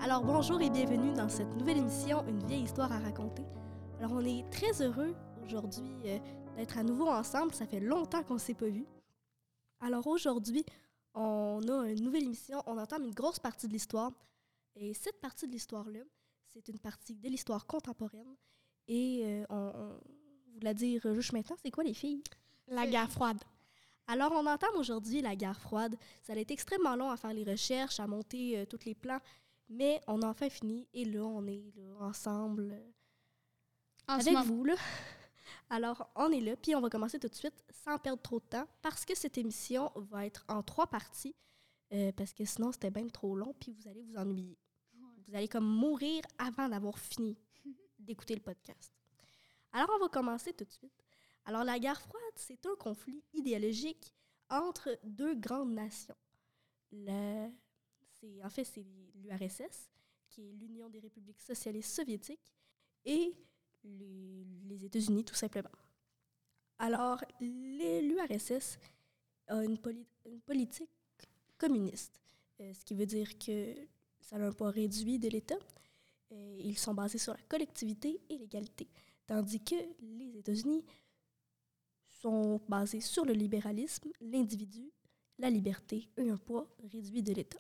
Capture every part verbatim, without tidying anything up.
Alors bonjour et bienvenue dans cette nouvelle émission, Une vieille histoire à raconter. Alors on est très heureux aujourd'hui euh, d'être à nouveau ensemble, ça fait longtemps qu'on ne s'est pas vus. Alors aujourd'hui, on a une nouvelle émission, on entame une grosse partie de l'histoire. Et cette partie de l'histoire-là, c'est une partie de l'histoire contemporaine. Et euh, on, on vous la dire juste maintenant, c'est quoi les filles? La guerre froide. Alors, on entame aujourd'hui la guerre froide. Ça a été extrêmement long à faire les recherches, à monter euh, tous les plans, mais on a enfin fini. Et là, on est là, ensemble euh, avec vous. Là. Alors, on est là, puis on va commencer tout de suite sans perdre trop de temps, parce que cette émission va être en trois parties, euh, parce que sinon, c'était bien trop long, puis vous allez vous ennuyer. Ouais. Vous allez comme mourir avant d'avoir fini d'écouter le podcast. Alors, on va commencer tout de suite. Alors, la guerre froide, c'est un conflit idéologique entre deux grandes nations. Le, c'est, en fait, c'est l'U R S S, qui est l'Union des républiques socialistes soviétiques, et les, les États-Unis, tout simplement. Alors, les, l'U R S S a une, poli, une politique communiste, euh, ce qui veut dire que ça a un poids réduit de l'État. Euh, ils sont basés sur la collectivité et l'égalité, tandis que les États-Unis sont basés sur le libéralisme, l'individu, la liberté et un poids réduit de l'État.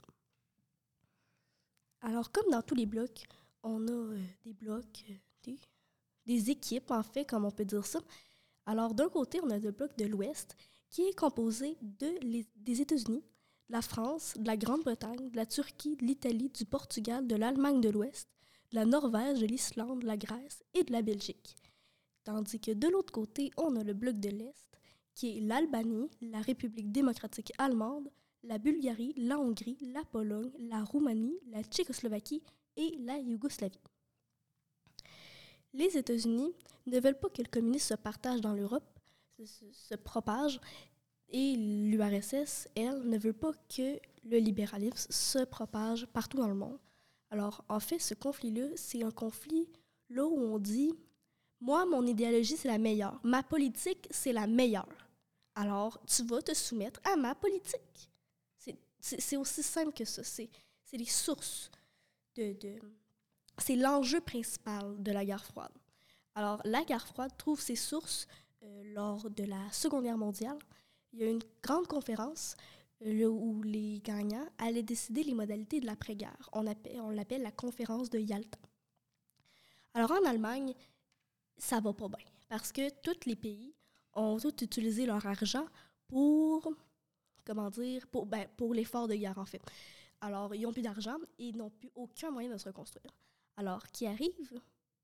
Alors, comme dans tous les blocs, on a euh, des blocs, euh, des, des équipes, en fait, comme on peut dire ça. Alors, d'un côté, on a le bloc de l'Ouest, qui est composé de les, des États-Unis, de la France, de la Grande-Bretagne, de la Turquie, de l'Italie, du Portugal, de l'Allemagne de l'Ouest, de la Norvège, de l'Islande, de la Grèce et de la Belgique. Tandis que de l'autre côté, on a le bloc de l'Est, qui est l'Albanie, la République démocratique allemande, la Bulgarie, la Hongrie, la Pologne, la Roumanie, la Tchécoslovaquie et la Yougoslavie. Les États-Unis ne veulent pas que le communisme se partage dans l'Europe, se, se, se propage, et l'U R S S, elle, ne veut pas que le libéralisme se propage partout dans le monde. Alors, en fait, ce conflit-là, c'est un conflit là où on dit « Moi, mon idéologie, c'est la meilleure. Ma politique, c'est la meilleure. Alors, tu vas te soumettre à ma politique. » C'est, c'est, c'est aussi simple que ça. C'est, c'est les sources de, de... C'est l'enjeu principal de la guerre froide. Alors, la guerre froide trouve ses sources euh, lors de la Seconde Guerre mondiale. Il y a une grande conférence euh, où les gagnants allaient décider les modalités de l'après-guerre. On, appelle, on l'appelle la conférence de Yalta. Alors, en Allemagne, ça va pas bien, parce que tous les pays ont tous utilisé leur argent pour, comment dire, pour, ben, pour l'effort de guerre, en fait. Alors, ils n'ont plus d'argent et ils n'ont plus aucun moyen de se reconstruire. Alors, qui arrive?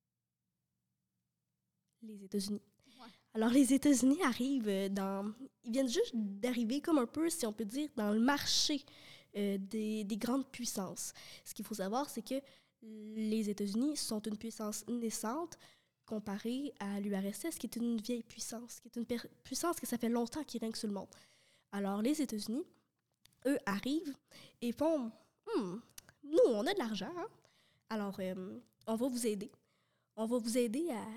Les États-Unis. Ouais. Alors, les États-Unis arrivent dans... Ils viennent juste d'arriver comme un peu, si on peut dire, dans le marché euh, des, des grandes puissances. Ce qu'il faut savoir, c'est que les États-Unis sont une puissance naissante, comparé à l'U R S S, qui est une vieille puissance, qui est une per- puissance que ça fait longtemps qu'il règne sur le monde. Alors, les États-Unis, eux, arrivent et font hmm, « Nous, on a de l'argent, hein? Alors, euh, on va vous aider. On va vous aider à,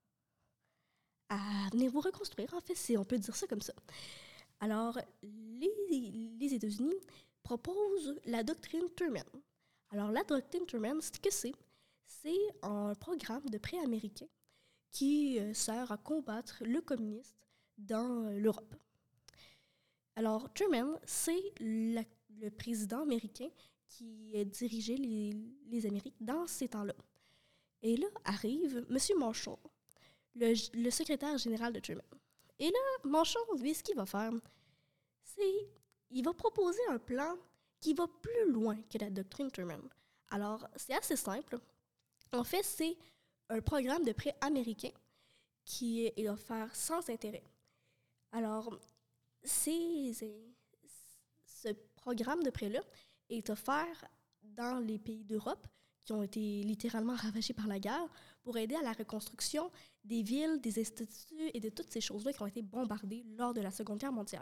à venir vous reconstruire, en fait, si on peut dire ça comme ça. » Alors, les, les États-Unis proposent la doctrine Truman. Alors, la doctrine Truman, c'est que c'est? C'est un programme de prêt américain qui euh, sert à combattre le communisme dans euh, l'Europe. Alors, Truman, c'est la, le président américain qui a dirigé les, les Amériques dans ces temps-là. Et là arrive M. Marshall, le, le secrétaire général de Truman. Et là, Marshall, lui, ce qu'il va faire, c'est il va proposer un plan qui va plus loin que la doctrine Truman. Alors, c'est assez simple. En fait, c'est un programme de prêt américain qui est offert sans intérêt. Alors, c'est, c'est, ce programme de prêt-là est offert dans les pays d'Europe qui ont été littéralement ravagés par la guerre pour aider à la reconstruction des villes, des instituts et de toutes ces choses-là qui ont été bombardées lors de la Seconde Guerre mondiale.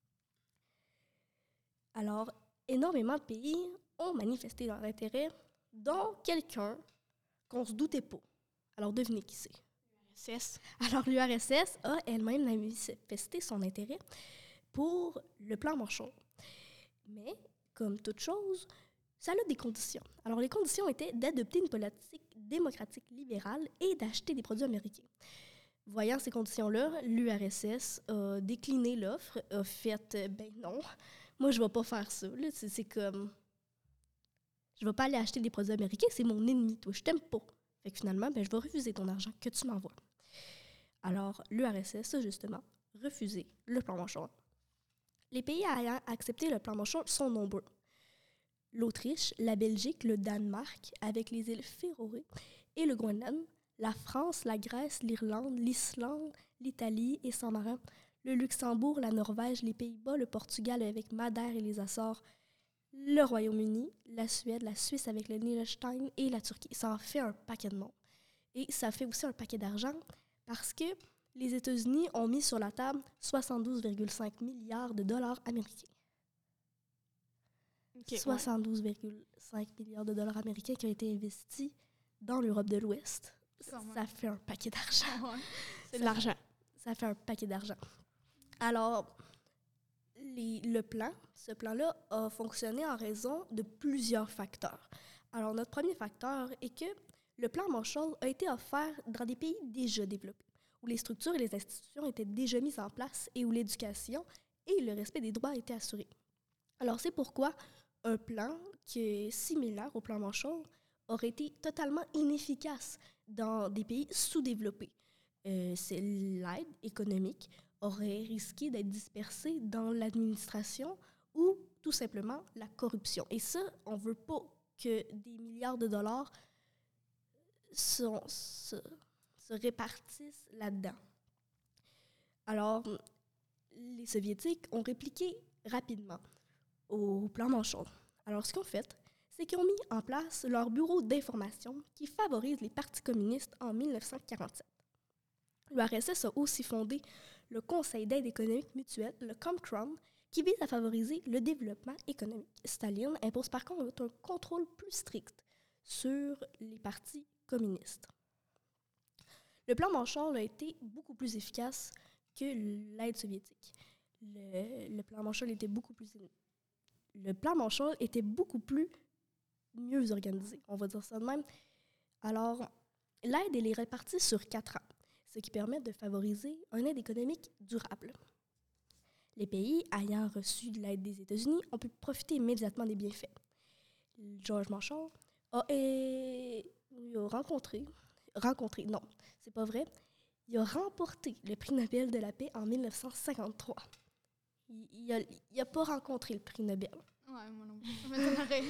Alors, énormément de pays ont manifesté leur intérêt, dont quelqu'un qu'on se doutait pas. Alors, devinez qui c'est. L'U R S S. Alors, l'U R S S a elle-même manifesté son intérêt pour le plan Marshall. Mais, comme toute chose, ça a des conditions. Alors, les conditions étaient d'adopter une politique démocratique libérale et d'acheter des produits américains. Voyant ces conditions-là, l'U R S S a décliné l'offre, a fait euh, « ben non, moi je vais pas faire ça. » C'est, c'est comme, je vais pas aller acheter des produits américains, c'est mon ennemi, toi, je t'aime pas. Fait que finalement, ben, je vais refuser ton argent que tu m'envoies. Alors, l'U R S S a justement refusé le plan Marshall. Les pays ayant accepté le plan Marshall sont nombreux. L'Autriche, la Belgique, le Danemark, avec les îles Féroé et le Groenland, la France, la Grèce, l'Irlande, l'Islande, l'Italie et Saint-Marin, le Luxembourg, la Norvège, les Pays-Bas, le Portugal avec Madère et les Açores, le Royaume-Uni, la Suède, la Suisse avec le Liechtenstein et la Turquie. Ça en fait un paquet de monde. Et ça fait aussi un paquet d'argent parce que les États-Unis ont mis sur la table soixante-douze virgule cinq milliards de dollars américains. Okay, soixante-douze virgule cinq ouais. milliards de dollars américains qui ont été investis dans l'Europe de l'Ouest. Ça fait un paquet d'argent. Ouais, c'est de l'argent. Ça fait un paquet d'argent. Alors, les, le plan, ce plan-là a fonctionné en raison de plusieurs facteurs. Alors, notre premier facteur est que le plan Marshall a été offert dans des pays déjà développés, où les structures et les institutions étaient déjà mises en place et où l'éducation et le respect des droits étaient assurés. Alors, c'est pourquoi un plan qui est similaire au plan Marshall aurait été totalement inefficace dans des pays sous-développés. Euh, c'est l'aide économique aurait risqué d'être dispersée dans l'administration ou tout simplement la corruption. Et ça, on ne veut pas que des milliards de dollars sont, se, se répartissent là-dedans. Alors, les Soviétiques ont répliqué rapidement au plan Marshall. Alors, ce qu'ils ont fait, c'est qu'ils ont mis en place leur bureau d'information qui favorise les partis communistes en dix-neuf cent quarante-sept. L'U R S S a aussi fondé le Conseil d'aide économique mutuelle, le Comcrom, qui vise à favoriser le développement économique. Staline impose par contre un contrôle plus strict sur les partis communistes. Le plan Marshall a été beaucoup plus efficace que l'aide soviétique. Le, le plan Marshall était beaucoup plus... Le plan Marshall était beaucoup plus mieux organisé, on va dire ça de même. Alors, l'aide elle est répartie sur quatre ans, ce qui permet de favoriser une aide économique durable. Les pays ayant reçu de l'aide des États-Unis ont pu profiter immédiatement des bienfaits. George Marshall a, et, il a rencontré, rencontré, non, c'est pas vrai, il a remporté le prix Nobel de la paix en dix-neuf cent cinquante-trois. Il n'a pas rencontré le prix Nobel. Ouais, moi non plus. Ça m'étonnerait.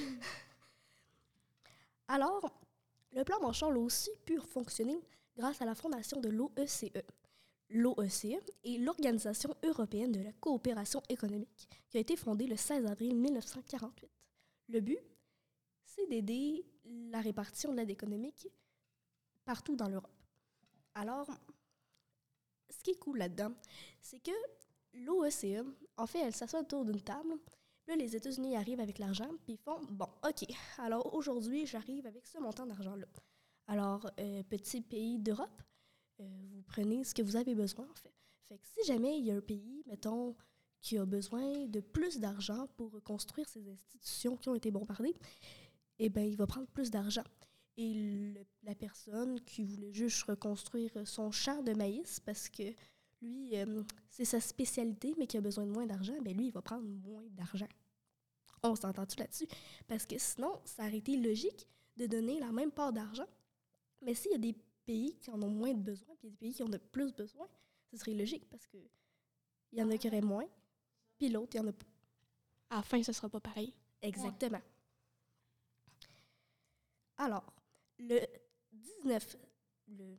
Alors, le plan Marshall a aussi pu fonctionner grâce à la fondation de l'O E C E. L'O E C E est l'Organisation européenne de la coopération économique, qui a été fondée le seize avril dix-neuf cent quarante-huit. Le but, c'est d'aider la répartition de l'aide économique partout dans l'Europe. Alors, ce qui est cool là-dedans, c'est que l'O E C E, en fait, elle s'assoit autour d'une table. Là, les États-Unis arrivent avec l'argent, puis ils font « Bon, OK, alors aujourd'hui, j'arrive avec ce montant d'argent-là. Alors, euh, petit pays d'Europe, euh, vous prenez ce que vous avez besoin, en fait. Fait que si jamais il y a un pays, mettons, qui a besoin de plus d'argent pour reconstruire ces institutions qui ont été bombardées, eh bien, il va prendre plus d'argent. Et le, la personne qui voulait juste reconstruire son champ de maïs, parce que lui, euh, c'est sa spécialité, mais qui a besoin de moins d'argent, bien lui, il va prendre moins d'argent. On s'entend-tu là-dessus? Parce que sinon, ça aurait été logique de donner la même part d'argent. Mais s'il y a des pays qui en ont moins de besoin, puis des pays qui en ont plus besoin, ce serait logique, parce qu'il y en a qui auraient moins, puis l'autre, il y en a pas. À la fin, ce ne sera pas pareil. Exactement. Ouais. Alors, le dix-neuf... Le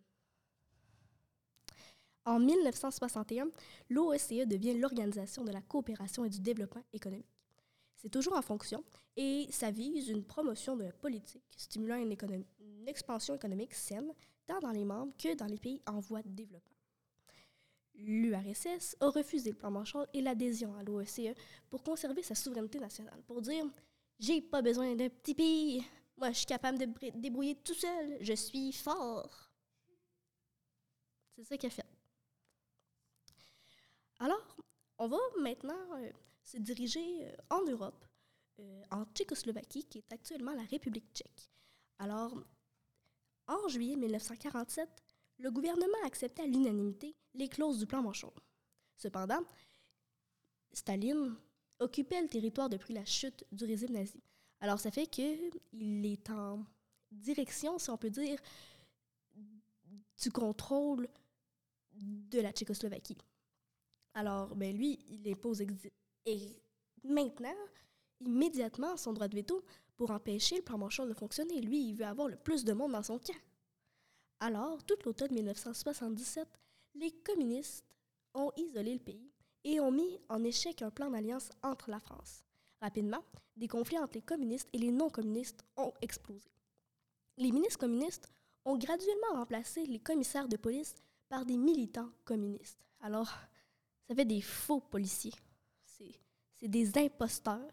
En dix-neuf cent soixante et un, l'O E C E devient l'Organisation de la coopération et du développement économique. C'est toujours en fonction et ça vise une promotion de la politique stimulant une, économie, une expansion économique saine tant dans les membres que dans les pays en voie de développement. L'U R S S a refusé le plan Marshall et l'adhésion à l'O E C E pour conserver sa souveraineté nationale, pour dire « J'ai pas besoin d'un petit pays, moi je suis capable de me débrouiller tout seul, je suis fort. » C'est ça qu'il a fait. Alors, on va maintenant euh, se diriger euh, en Europe, euh, en Tchécoslovaquie, qui est actuellement la République tchèque. Alors, en juillet mille neuf cent quarante-sept, le gouvernement acceptait à l'unanimité les clauses du plan Manchot. Cependant, Staline occupait le territoire depuis la chute du régime nazi. Alors, ça fait qu'il est en direction, si on peut dire, du contrôle de la Tchécoslovaquie. Alors, ben lui, il impose exi- et maintenant, immédiatement, son droit de veto pour empêcher le plan Manchot de fonctionner. Lui, il veut avoir le plus de monde dans son camp. Alors, tout l'automne mille neuf cent soixante-dix-sept, les communistes ont isolé le pays et ont mis en échec un plan d'alliance entre la France. Rapidement, des conflits entre les communistes et les non-communistes ont explosé. Les ministres communistes ont graduellement remplacé les commissaires de police par des militants communistes. Alors, ça fait des faux policiers. C'est, c'est des imposteurs.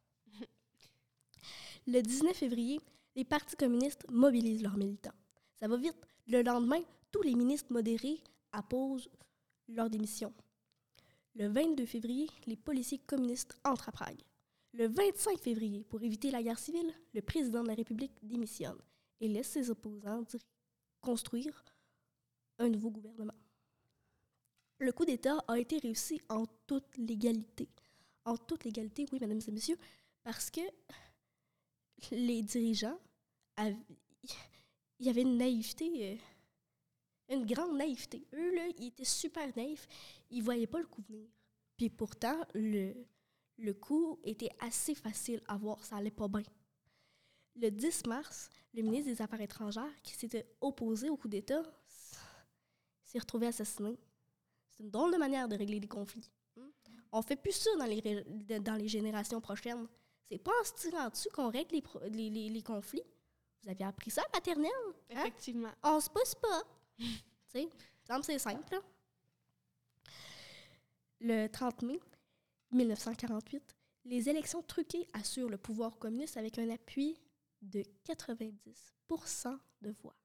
Le dix-neuf février, les partis communistes mobilisent leurs militants. Ça va vite. Le lendemain, tous les ministres modérés apposent leur démission. Le vingt-deux février, les policiers communistes entrent à Prague. Le vingt-cinq février, pour éviter la guerre civile, le président de la République démissionne et laisse ses opposants dir- construire un nouveau gouvernement. Le coup d'État a été réussi en toute légalité. En toute légalité, oui, mesdames et messieurs, parce que les dirigeants, avaient, il y avait une naïveté, euh, une grande naïveté. Eux, là, ils étaient super naïfs, ils ne voyaient pas le coup venir. Puis pourtant, le, le coup était assez facile à voir, ça allait pas bien. Le dix mars, le ministre des Affaires étrangères, qui s'était opposé au coup d'État, s'est retrouvé assassiné. C'est une drôle de manière de régler des conflits. On fait plus ça dans les, ré- dans les générations prochaines. C'est pas en se tirant dessus qu'on règle les, pro- les, les, les conflits. Vous avez appris ça à maternelle? Hein? Effectivement. On se pousse pas. Tu sais, il me semble que c'est simple. Là. Le trente mai mille neuf cent quarante-huit, les élections truquées assurent le pouvoir communiste avec un appui de quatre-vingt-dix pour cent de voix.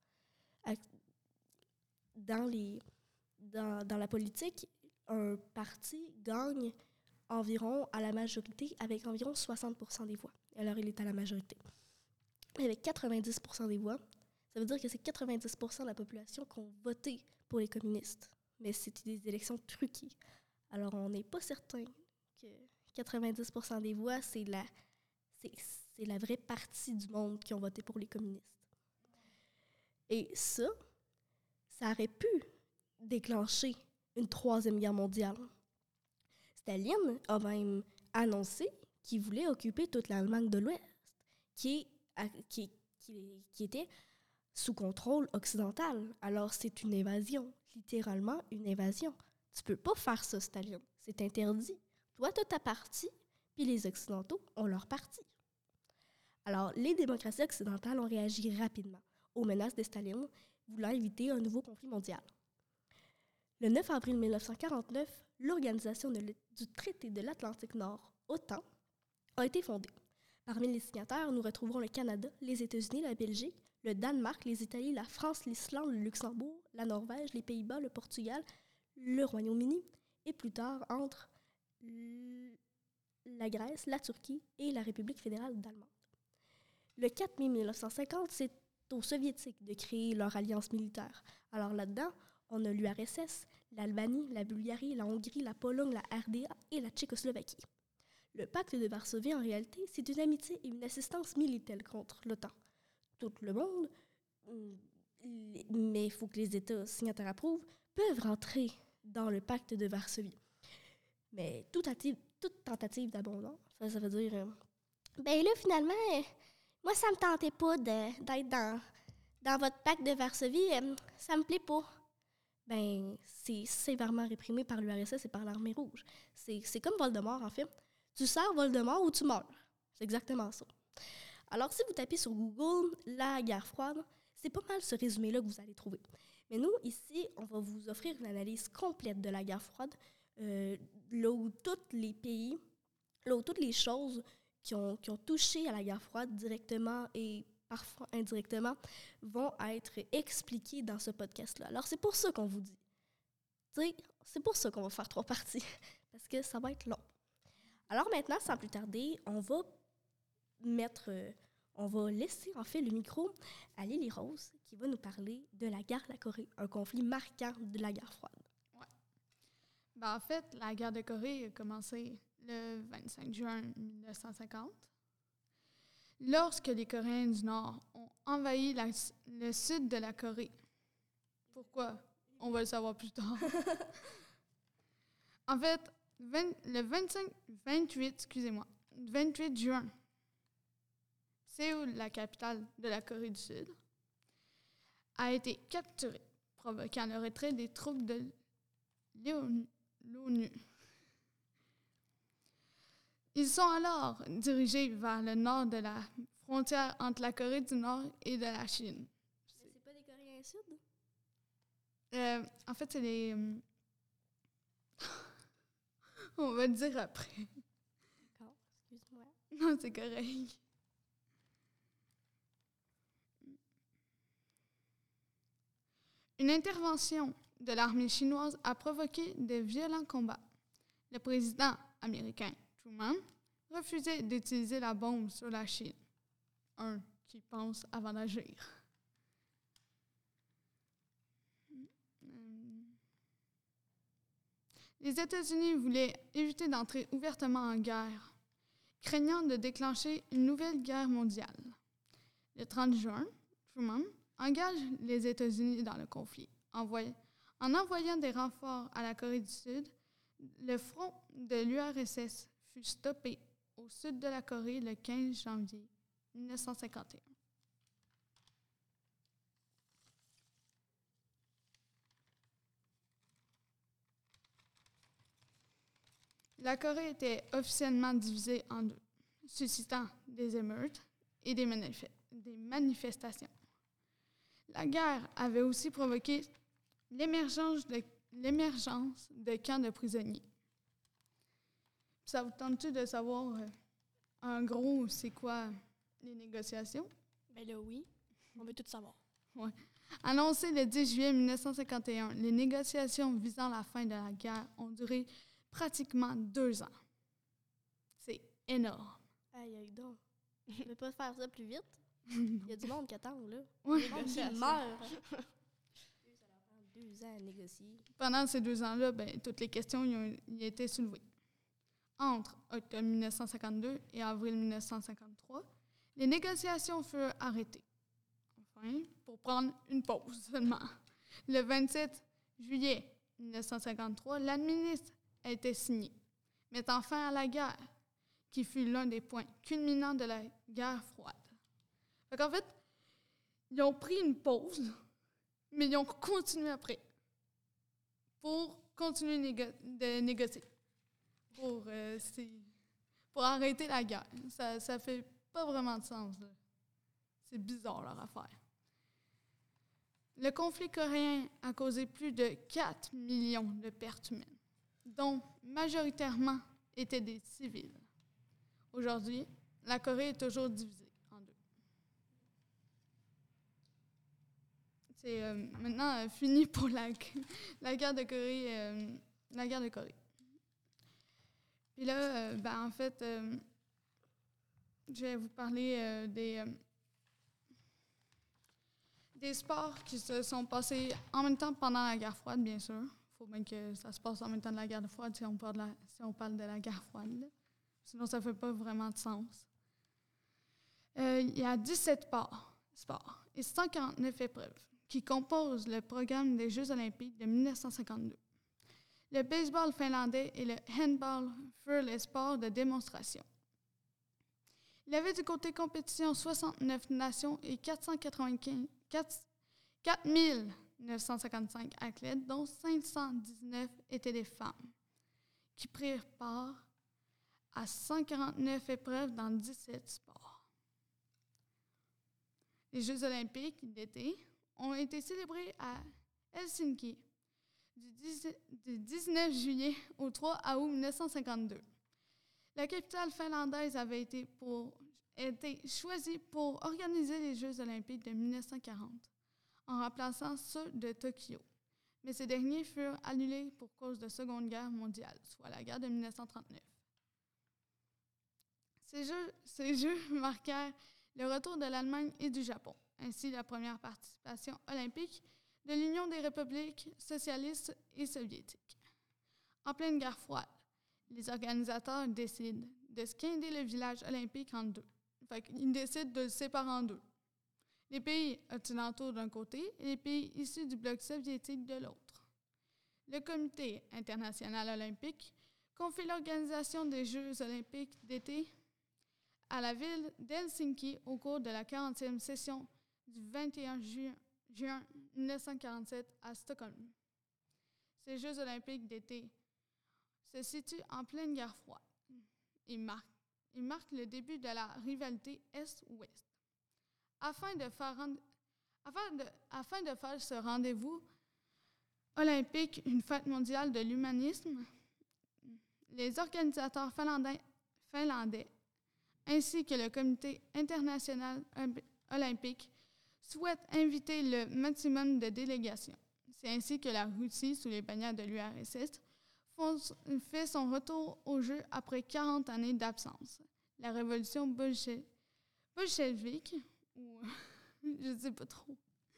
Dans, les, dans, dans la politique, un parti gagne environ à la majorité avec environ soixante pour cent des voix. Alors, il est à la majorité. Avec quatre-vingt-dix pour cent des voix, ça veut dire que c'est quatre-vingt-dix pour cent de la population qui ont voté pour les communistes. Mais c'était des élections truquées. Alors, on n'est pas certain que quatre-vingt-dix pour cent des voix, c'est la, c'est, c'est la vraie partie du monde qui ont voté pour les communistes. Et ça, ça aurait pu déclencher une troisième guerre mondiale. Staline a même annoncé qu'il voulait occuper toute l'Allemagne de l'Ouest, qui, est, qui, qui, qui était sous contrôle occidental. Alors, c'est une invasion, littéralement une invasion. Tu peux pas faire ça, Staline. C'est interdit. Toi, tu as ta partie, puis les Occidentaux ont leur partie. Alors, les démocraties occidentales ont réagi rapidement aux menaces de Staline, voulant éviter un nouveau conflit mondial. Le neuf avril mille neuf cent quarante-neuf, l'Organisation de du traité de l'Atlantique Nord, OTAN, a été fondée. Parmi les signataires, nous retrouverons le Canada, les États-Unis, la Belgique, le Danemark, les Italiens, la France, l'Islande, le Luxembourg, la Norvège, les Pays-Bas, le Portugal, le Royaume-Uni, et plus tard entre la Grèce, la Turquie et la République fédérale d'Allemagne. Le quatre mai mille neuf cent cinquante, c'est aux Soviétiques de créer leur alliance militaire. Alors là-dedans, on a l'U R S S, l'Albanie, la Bulgarie, la Hongrie, la Pologne, la R D A et la Tchécoslovaquie. Le pacte de Varsovie, en réalité, c'est une amitié et une assistance militaire contre l'OTAN. Tout le monde, mais il faut que les États signataires approuvent, peuvent rentrer dans le pacte de Varsovie. Mais toute, atti- toute tentative d'abandon, ça, ça veut dire... Euh, ben là, finalement, euh, moi, ça me tentait pas de, d'être dans, dans votre pacte de Varsovie. Euh, ça me plaît pas. Ben, c'est sévèrement réprimé par l'U R S S et par l'Armée rouge. C'est, c'est comme Voldemort, en fait. Tu sers Voldemort ou tu meurs. C'est exactement ça. Alors, si vous tapez sur Google « la guerre froide », c'est pas mal ce résumé-là que vous allez trouver. Mais nous, ici, on va vous offrir une analyse complète de la guerre froide, euh, là où tous les pays, là où toutes les choses qui ont, qui ont touché à la guerre froide directement et parfois indirectement vont être expliquées dans ce podcast-là. Alors, c'est pour ça qu'on vous dit. Tu sais, c'est pour ça qu'on va faire trois parties, parce que ça va être long. Alors maintenant, sans plus tarder, on va mettre, euh, on va laisser en fait le micro à Lily Rose qui va nous parler de la guerre de la Corée, un conflit marquant de la guerre froide. Ouais. Ben, en fait, la guerre de Corée a commencé le vingt-cinq juin mille neuf cent cinquante, lorsque les Coréens du Nord ont envahi la, le sud de la Corée. Pourquoi? On va le savoir plus tard. En fait, vingt, le vingt-cinq, vingt-huit, excusez-moi, vingt-huit juin, Séoul, la capitale de la Corée du Sud, a été capturée, provoquant le retrait des troupes de l'ONU. Ils sont alors dirigés vers le nord de la frontière entre la Corée du Nord et de la Chine. Mais c'est pas des Coréens du Sud? Euh, en fait, c'est les... Euh, on va le dire après. D'accord, excuse-moi. Non, c'est correct. Une intervention de l'armée chinoise a provoqué de violents combats. Le président américain Truman refusait d'utiliser la bombe sur la Chine. Un qui pense avant d'agir. Les États-Unis voulaient éviter d'entrer ouvertement en guerre, craignant de déclencher une nouvelle guerre mondiale. Le trente juin, Truman engage les États-Unis dans le conflit. Envoy- en envoyant des renforts à la Corée du Sud, le front de l'U R S S fut stoppé au sud de la Corée le quinze janvier mille neuf cent cinquante et un. La Corée était officiellement divisée en deux, suscitant des émeutes et des, manif- des manifestations. La guerre avait aussi provoqué l'émergence de, l'émergence de camps de prisonniers. Ça vous tente-tu de savoir, euh, en gros, c'est quoi les négociations? Ben là, oui. On veut tout savoir. Ouais. Annoncé le dix juillet mille neuf cent cinquante et un, les négociations visant la fin de la guerre ont duré pratiquement deux ans. C'est énorme. Aïe, aïe, donc. Je peux pas faire ça plus vite. Il y a du monde qui attend, là. Ouais. Le monde qui meurt. Ça leur prend deux ans à négocier. Pendant ces deux ans-là, ben, toutes les questions y ont, y étaient soulevées. Entre octobre mille neuf cent cinquante-deux et avril mille neuf cent cinquante-trois, les négociations furent arrêtées. Enfin, pour prendre une pause seulement. Le vingt-sept juillet mille neuf cent cinquante-trois, l'administre a été signé, mettant fin à la guerre, qui fut l'un des points culminants de la guerre froide. Fait qu'en fait, ils ont pris une pause, mais ils ont continué après pour continuer négo- de négocier, pour, euh, pour arrêter la guerre. Ça ça fait pas vraiment de sens, là. C'est bizarre, leur affaire. Le conflit coréen a causé plus de quatre millions de pertes humaines, dont majoritairement étaient des civils. Aujourd'hui, la Corée est toujours divisée en deux. C'est euh, maintenant euh, fini pour la, la guerre de Corée. Euh, la guerre de Corée. Puis là, euh, ben, en fait, euh, je vais vous parler euh, des, euh, des sports qui se sont passés en même temps pendant la guerre froide, bien sûr. Il faut bien que ça se passe en même temps de la guerre froide si on parle de la, si on parle de la guerre froide, là. Sinon, ça ne fait pas vraiment de sens. Euh, il y a dix-sept sports, sports et cent quarante-neuf épreuves qui composent le programme des Jeux olympiques de mille neuf cent cinquante-deux. Le baseball finlandais et le handball furent les sports de démonstration. Il y avait du côté compétition soixante-neuf nations et quatre cent quatre-vingt-quinze, quatre mille neuf cent cinquante-cinq athlètes, dont cinq cent dix-neuf étaient des femmes, qui prirent part à cent quarante-neuf épreuves dans dix-sept sports. Les Jeux olympiques d'été ont été célébrés à Helsinki du dix-neuf juillet au trois août mille neuf cent cinquante-deux. La capitale finlandaise avait été, pour, été choisie pour organiser les Jeux olympiques de mille neuf cent quarante, en remplaçant ceux de Tokyo. Mais ces derniers furent annulés pour cause de la Seconde Guerre mondiale, soit la guerre de mille neuf cent trente-neuf. Ces jeux, ces jeux marquèrent le retour de l'Allemagne et du Japon, ainsi la première participation olympique de l'Union des républiques socialistes et soviétiques. En pleine guerre froide, les organisateurs décident de scinder le village olympique en deux. Fait qu'ils décident de le séparer en deux. Les pays occidentaux d'un côté et les pays issus du bloc soviétique de l'autre. Le Comité international olympique confie l'organisation des Jeux olympiques d'été à la ville d'Helsinki au cours de la quarantième session du vingt et un juin mille neuf cent quarante-sept à Stockholm. Ces Jeux olympiques d'été se situent en pleine guerre froide. Ils marquent, ils marquent le début de la rivalité Est-Ouest. Afin de faire, rend, afin de, afin de faire ce rendez-vous olympique une fête mondiale de l'humanisme, les organisateurs finlandais, finlandais ainsi que le Comité international olympique souhaitent inviter le maximum de délégations. C'est ainsi que la Russie, sous les bannières de l'U R S S, font, fait son retour aux Jeux après quarante années d'absence. La révolution bolche- bolchevique, ou je ne sais pas trop,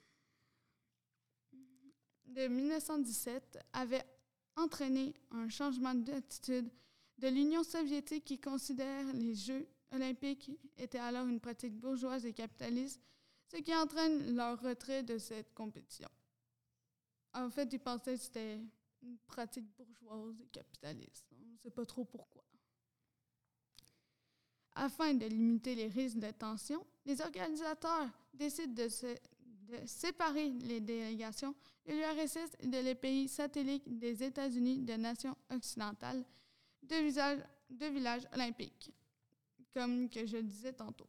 de mille neuf cent dix-sept avait entraîné un changement d'attitude de l'Union soviétique qui considère les Jeux olympiques étaient alors une pratique bourgeoise et capitaliste, ce qui entraîne leur retrait de cette compétition. En fait, ils pensaient que c'était une pratique bourgeoise et capitaliste. On ne sait pas trop pourquoi. Afin de limiter les risques de tension, les organisateurs décident de, se, de séparer les délégations de l'U R S S et de les pays satellites des États-Unis de nations occidentales de, visage, de villages olympiques, comme que je le disais tantôt.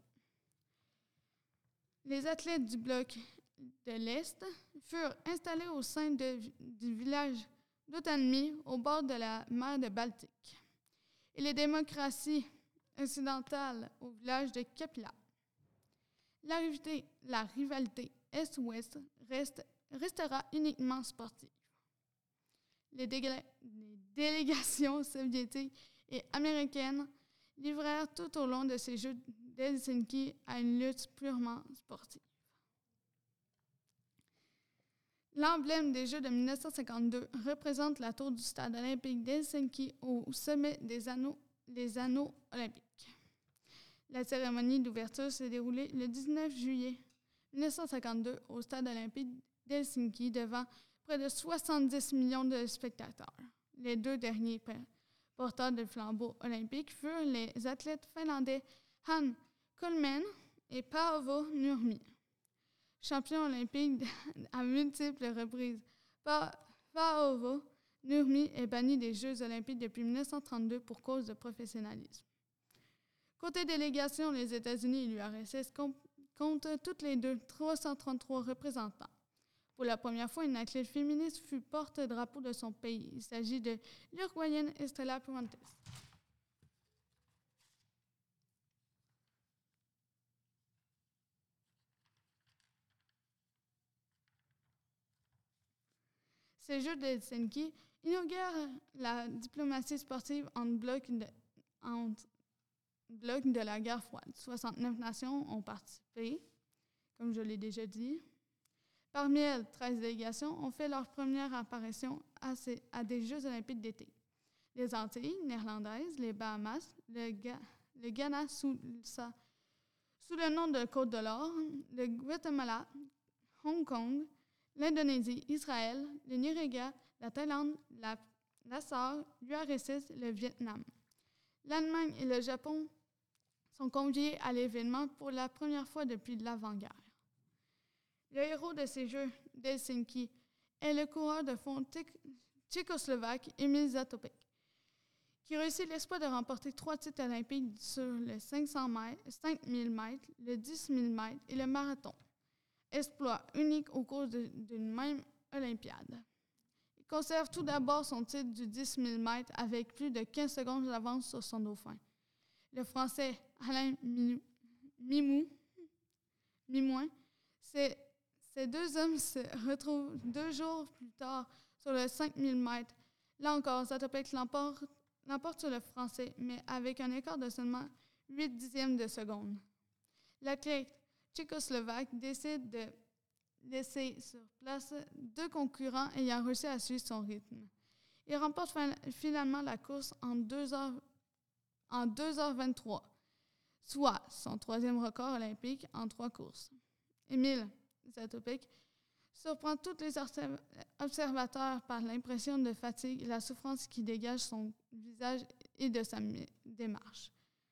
Les athlètes du bloc de l'Est furent installés au sein de, du village d'Otanmi, au bord de la mer de Baltique, et les démocraties occidentales au village de Kapila. La rivalité, la rivalité Est-Ouest reste, restera uniquement sportive. Les, délé- les délégations soviétiques et américaines livrèrent tout au long de ces Jeux d'Helsinki à une lutte purement sportive. L'emblème des Jeux de mille neuf cent cinquante-deux représente la tour du stade olympique d'Helsinki au sommet des anneaux, les anneaux olympiques. La cérémonie d'ouverture s'est déroulée le dix-neuf juillet mille neuf cent cinquante-deux au stade olympique d'Helsinki devant près de soixante-dix millions de spectateurs. Les deux derniers porteurs de flambeaux olympiques furent les athlètes finlandais Han Kollman et Paavo Nurmi. Champion olympique à multiples reprises, pa- Paavo Nurmi est banni des Jeux olympiques depuis mille neuf cent trente-deux pour cause de professionnalisme. Côté délégation, les États-Unis et l'U R S S comptent toutes les deux trois cent trente-trois représentants. Pour la première fois, une athlète féministe fut porte-drapeau de son pays. Il s'agit de l'Uruguayenne Estrella Puentes. Ces Jeux d'Helsinki inaugurent la diplomatie sportive entre blocs de, entre blocs de la guerre froide. soixante-neuf nations ont participé, comme je l'ai déjà dit. Parmi elles, treize délégations ont fait leur première apparition à, ces, à des Jeux olympiques d'été. Les Antilles néerlandaises, les Bahamas, le, Ga, le Ghana sous, sa, sous le nom de Côte de l'Or, le Guatemala, Hong Kong, l'Indonésie, Israël, le Nigeria, la Thaïlande, la, la S A R, l'U R S S et le Vietnam. L'Allemagne et le Japon sont conviés à l'événement pour la première fois depuis l'avant-guerre. Le héros de ces Jeux d'Helsinki est le coureur de fond tchécoslovaque Emil Zatopek, qui réussit l'exploit de remporter trois titres olympiques sur le cinq cents mètres, cinq mille mètres, le dix mille mètres et le marathon. Exploit unique au cours de, d'une même Olympiade. Il conserve tout d'abord son titre du dix mille mètres avec plus de quinze secondes d'avance sur son dauphin. Le Français Alain Mimou, Mimouin, c'est, ces deux hommes se retrouvent deux jours plus tard sur le cinq mille mètres. Là encore, Zatopek l'emporte, l'emporte sur le Français, mais avec un écart de seulement huit dixièmes de seconde. L'athlète tchécoslovaque décide de laisser sur place deux concurrents ayant réussi à suivre son rythme. Il remporte finalement la course en deux heures, en deux heures vingt-trois, soit son troisième record olympique en trois courses. Emil Zatopek surprend tous les observateurs par l'impression de fatigue et la souffrance qui dégage son visage et de sa démarche.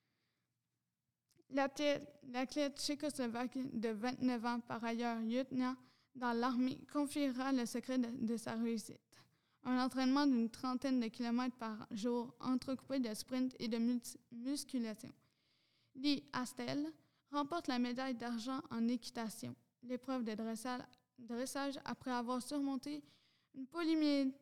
L'athlète, l'athlète tchécoslovaque de vingt-neuf ans, par ailleurs lieutenant dans l'armée, confiera le secret de, de sa réussite. Un entraînement d'une trentaine de kilomètres par jour, entrecoupé de sprint et de multi- musculation. Lee Astel remporte la médaille d'argent en équitation, l'épreuve de dressage, dressage après avoir surmonté une polymyélite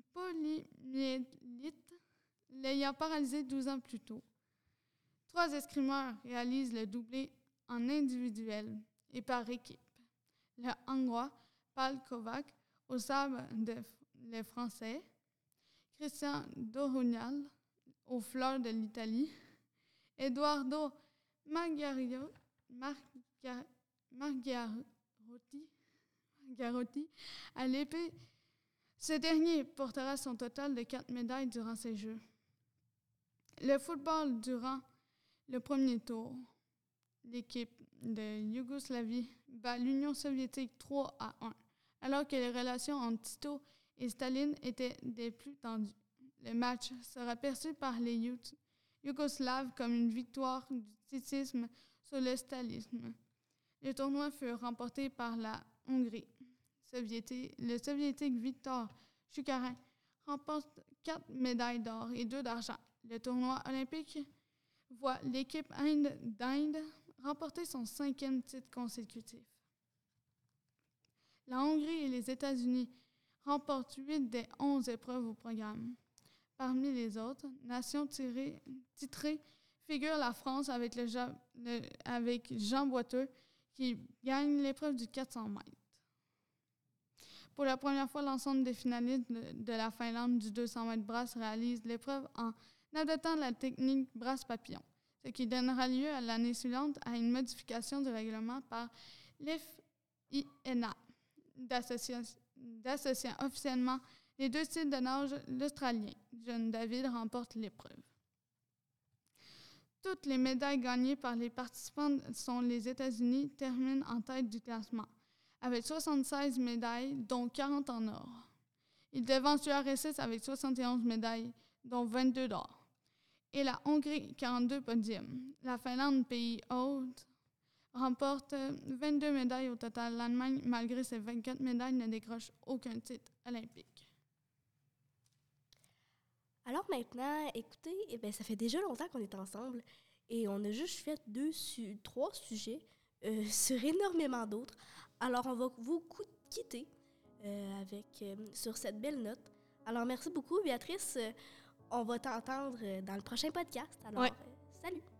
l'ayant paralysé douze ans plus tôt. Trois escrimeurs réalisent le doublé en individuel et par équipe. Le Hongrois Pál Kovács au sabre, de, le Français Christian Dorugnal aux fleurs de l'Italie, Eduardo Margario, Marga, Margarotti, Margarotti à l'épée. Ce dernier portera son total de quatre médailles durant ces Jeux. Le football durant le premier tour, l'équipe de Yougoslavie bat l'Union soviétique trois à un, alors que les relations entre Tito et Staline étaient des plus tendues. Le match sera perçu par les Yougoslaves comme une victoire du titisme sur le stalinisme. Le tournoi fut remporté par la Hongrie. Soviétique, le soviétique Viktor Chukarin remporte quatre médailles d'or et deux d'argent. Le tournoi olympique voit l'équipe Inde d'Inde remporter son cinquième titre consécutif. La Hongrie et les États-Unis remportent huit des onze épreuves au programme. Parmi les autres nations tirées, titrées figure la France avec, le, le, avec Jean Boiteux qui gagne l'épreuve du quatre cents mètres. Pour la première fois, l'ensemble des finalistes de, de la Finlande du deux cents mètres brasse réalise l'épreuve en adoptant la technique brasse-papillon, ce qui donnera lieu à l'année suivante à une modification du règlement par l'F I N A, d'associant officiellement les deux styles de nage. L'Australien John David remporte l'épreuve. Toutes les médailles gagnées par les participants sont les États-Unis terminent en tête du classement, avec soixante-seize médailles, dont quarante en or. Ils devancent l'U R S S avec soixante et onze médailles, dont vingt-deux d'or. Et la Hongrie, quarante-deux podiums. La Finlande, pays hôte, remporte vingt-deux médailles au total. L'Allemagne, malgré ses vingt-quatre médailles, ne décroche aucun titre olympique. Alors maintenant, écoutez, eh bien, ça fait déjà longtemps qu'on est ensemble et on a juste fait deux, su- trois sujets euh, sur énormément d'autres. Alors, on va vous quitter euh, avec, euh, sur cette belle note. Alors, merci beaucoup, Béatrice. On va t'entendre dans le prochain podcast. Alors, ouais. euh, salut!